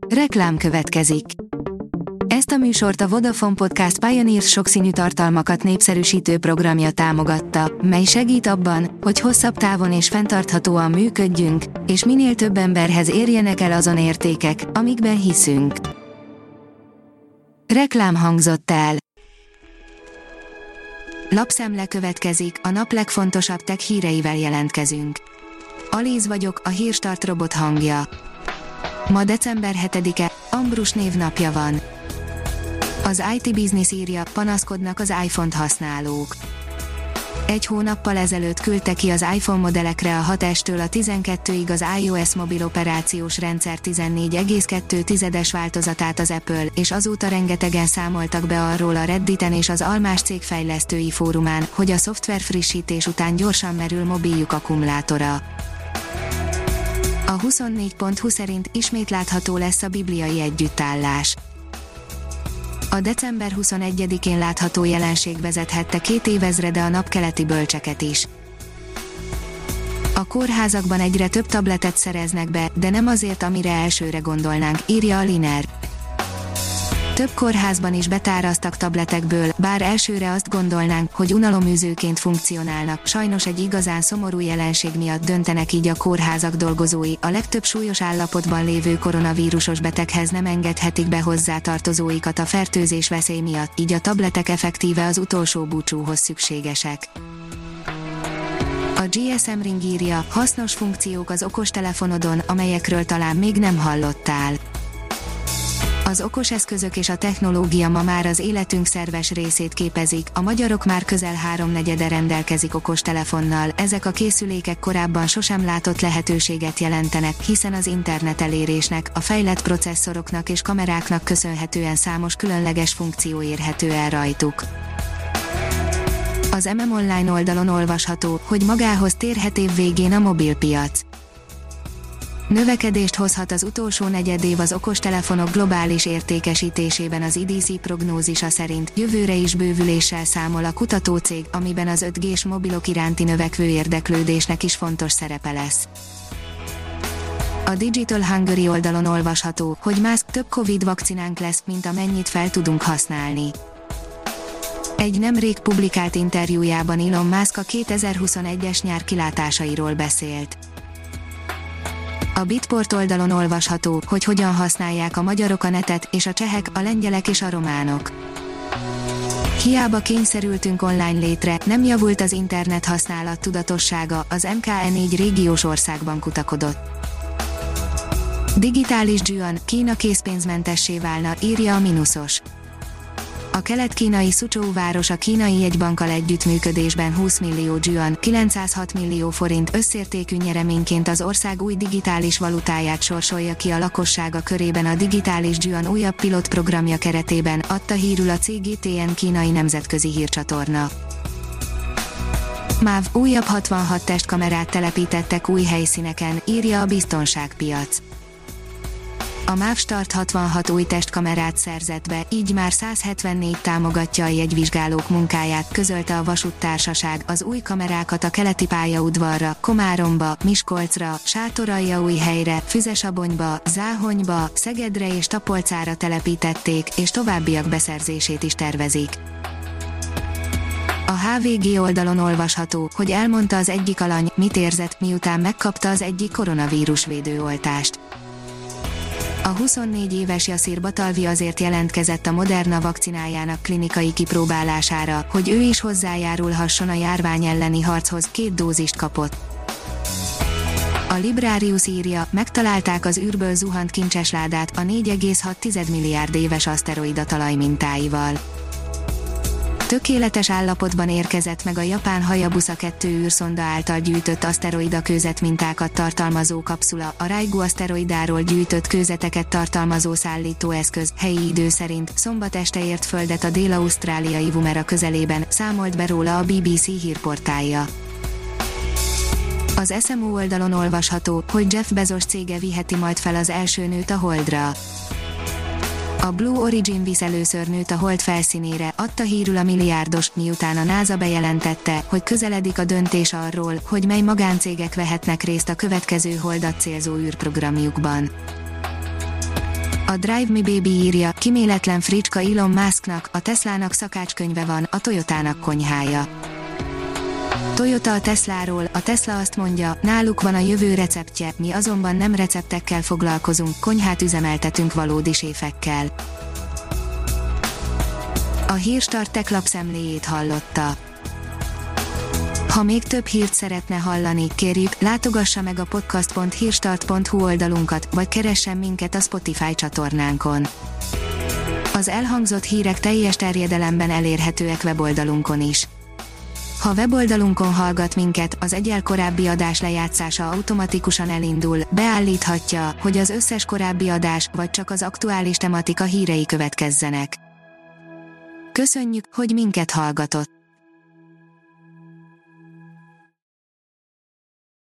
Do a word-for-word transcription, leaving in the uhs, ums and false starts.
Reklám következik. Ezt a műsort a Vodafone Podcast Pioneers sokszínű tartalmakat népszerűsítő programja támogatta, mely segít abban, hogy hosszabb távon és fenntarthatóan működjünk, és minél több emberhez érjenek el azon értékek, amikben hiszünk. Reklám hangzott el. Lapszemle következik, a nap legfontosabb tech híreivel jelentkezünk. Alíz vagyok, a Hírstart robot hangja. Ma december hetedike, Ambrus névnapja van. Az i té Business írja, panaszkodnak az iPhone-t használók. Egy hónappal ezelőtt küldte ki az iPhone modellekre a hat es-től a tizenkettőig az iOS mobil operációs rendszer tizennégy egész kettő tizedes változatát az Apple, és azóta rengetegen számoltak be arról a Redditen és az almás cég fejlesztői fórumán, hogy a szoftver frissítés után gyorsan merül mobiljuk akkumulátora. A huszonnégy pont hu szerint ismét látható lesz a bibliai együttállás. A december huszonegyedikén látható jelenség vezethette két évezrede a napkeleti bölcseket is. A kórházakban egyre több tabletet szereznek be, de nem azért, amire elsőre gondolnánk, írja a Liner. Több kórházban is betárasztak tabletekből, bár elsőre azt gondolnánk, hogy unaloműzőként funkcionálnak, sajnos egy igazán szomorú jelenség miatt döntenek így a kórházak dolgozói, a legtöbb súlyos állapotban lévő koronavírusos beteghez nem engedhetik be hozzátartozóikat a fertőzés veszély miatt, így a tabletek effektíve az utolsó búcsúhoz szükségesek. A gé es em Ring írja, hasznos funkciók az okostelefonodon, amelyekről talán még nem hallottál. Az okos eszközök és a technológia ma már az életünk szerves részét képezik, a magyarok már közel háromnegyede rendelkezik okostelefonnal, ezek a készülékek korábban sosem látott lehetőséget jelentenek, hiszen az internet elérésnek, a fejlett processzoroknak és kameráknak köszönhetően számos különleges funkció érhető el rajtuk. Az em em Online oldalon olvasható, hogy magához térhet év végén a mobilpiac. Növekedést hozhat az utolsó negyedév az okostelefonok globális értékesítésében az i dé cé prognózisa szerint, jövőre is bővüléssel számol a kutatócég, amiben az öt gés mobilok iránti növekvő érdeklődésnek is fontos szerepe lesz. A Digital Hungary oldalon olvasható, hogy Musk több Covid vakcinánk lesz, mint amennyit fel tudunk használni. Egy nemrég publikált interjújában Elon Musk a kétezer-huszonegyes nyár kilátásairól beszélt. A Bitport oldalon olvasható, hogy hogyan használják a magyarok a netet, és a csehek, a lengyelek és a románok. Hiába kényszerültünk online létre, nem javult az internet használat tudatossága, az em ká e négy régiós országban kutakodott. Digitális dzsüan, Kína készpénzmentessé válna, írja a Minusos. A kelet-kínai Szucsó város a kínai jegybankkal együttműködésben húsz millió dzsüan, kilencszázhat millió forint összértékű nyereményként az ország új digitális valutáját sorsolja ki a lakossága körében a digitális dzsüan újabb pilotprogramja keretében, adta hírül a cé gé té en kínai nemzetközi hírcsatorna. MÁV újabb hatvanhat testkamerát telepítettek új helyszíneken, írja a Biztonságpiac. A MÁV Start hatvanhat új testkamerát szerzett be, így már száz hetvennégy támogatja a jegyvizsgálók munkáját, közölte a vasúttársaság. Az új kamerákat a keleti pályaudvarra, Komáromba, Miskolcra, Sátoraljaújhelyre, Füzesabonyba, Záhonyba, Szegedre és Tapolcára telepítették, és továbbiak beszerzését is tervezik. A há vé gé oldalon olvasható, hogy elmondta az egyik alany, mit érzett, miután megkapta az egyik koronavírus védőoltást. A huszonnégy éves Yasir Batalvi azért jelentkezett a Moderna vakcinájának klinikai kipróbálására, hogy ő is hozzájárulhasson a járvány elleni harchoz, két dózist kapott. A Librarius írja, megtalálták az űrből zuhant kincsesládát a négy egész hat milliárd éves aszteroida talajmintáival. Tökéletes állapotban érkezett meg a japán Hayabusa kettő űrszonda által gyűjtött aszteroida kőzetmintákat tartalmazó kapszula, a Ryugu aszteroidáról gyűjtött kőzeteket tartalmazó szállítóeszköz, helyi idő szerint szombat este ért földet a dél-ausztráliai Woomera közelében, számolt be róla a bé bé cé hírportálja. Az es em o oldalon olvasható, hogy Jeff Bezos cége viheti majd fel az első nőt a Holdra. A Blue Origin visz először nőt a Hold felszínére, adta hírül a milliárdos, miután a NASA bejelentette, hogy közeledik a döntés arról, hogy mely magáncégek vehetnek részt a következő Holdat célzó űrprogramjukban. A Drive Me Baby írja, kíméletlen fricska Elon Musknak, a Teslának szakácskönyve van, a Toyotának konyhája. Toyota a Tesláról, a Tesla azt mondja, náluk van a jövő receptje, mi azonban nem receptekkel foglalkozunk, konyhát üzemeltetünk valódi séfekkel. A Hírstart Tech lapszemléjét hallotta. Ha még több hírt szeretne hallani, kérjük, látogassa meg a podcast pont hírstart pont hu oldalunkat, vagy keressen minket a Spotify csatornánkon. Az elhangzott hírek teljes terjedelemben elérhetőek weboldalunkon is. Ha weboldalunkon hallgat minket, az egyel korábbi adás lejátszása automatikusan elindul, beállíthatja, hogy az összes korábbi adás, vagy csak az aktuális tematika hírei következzenek. Köszönjük, hogy minket hallgatott!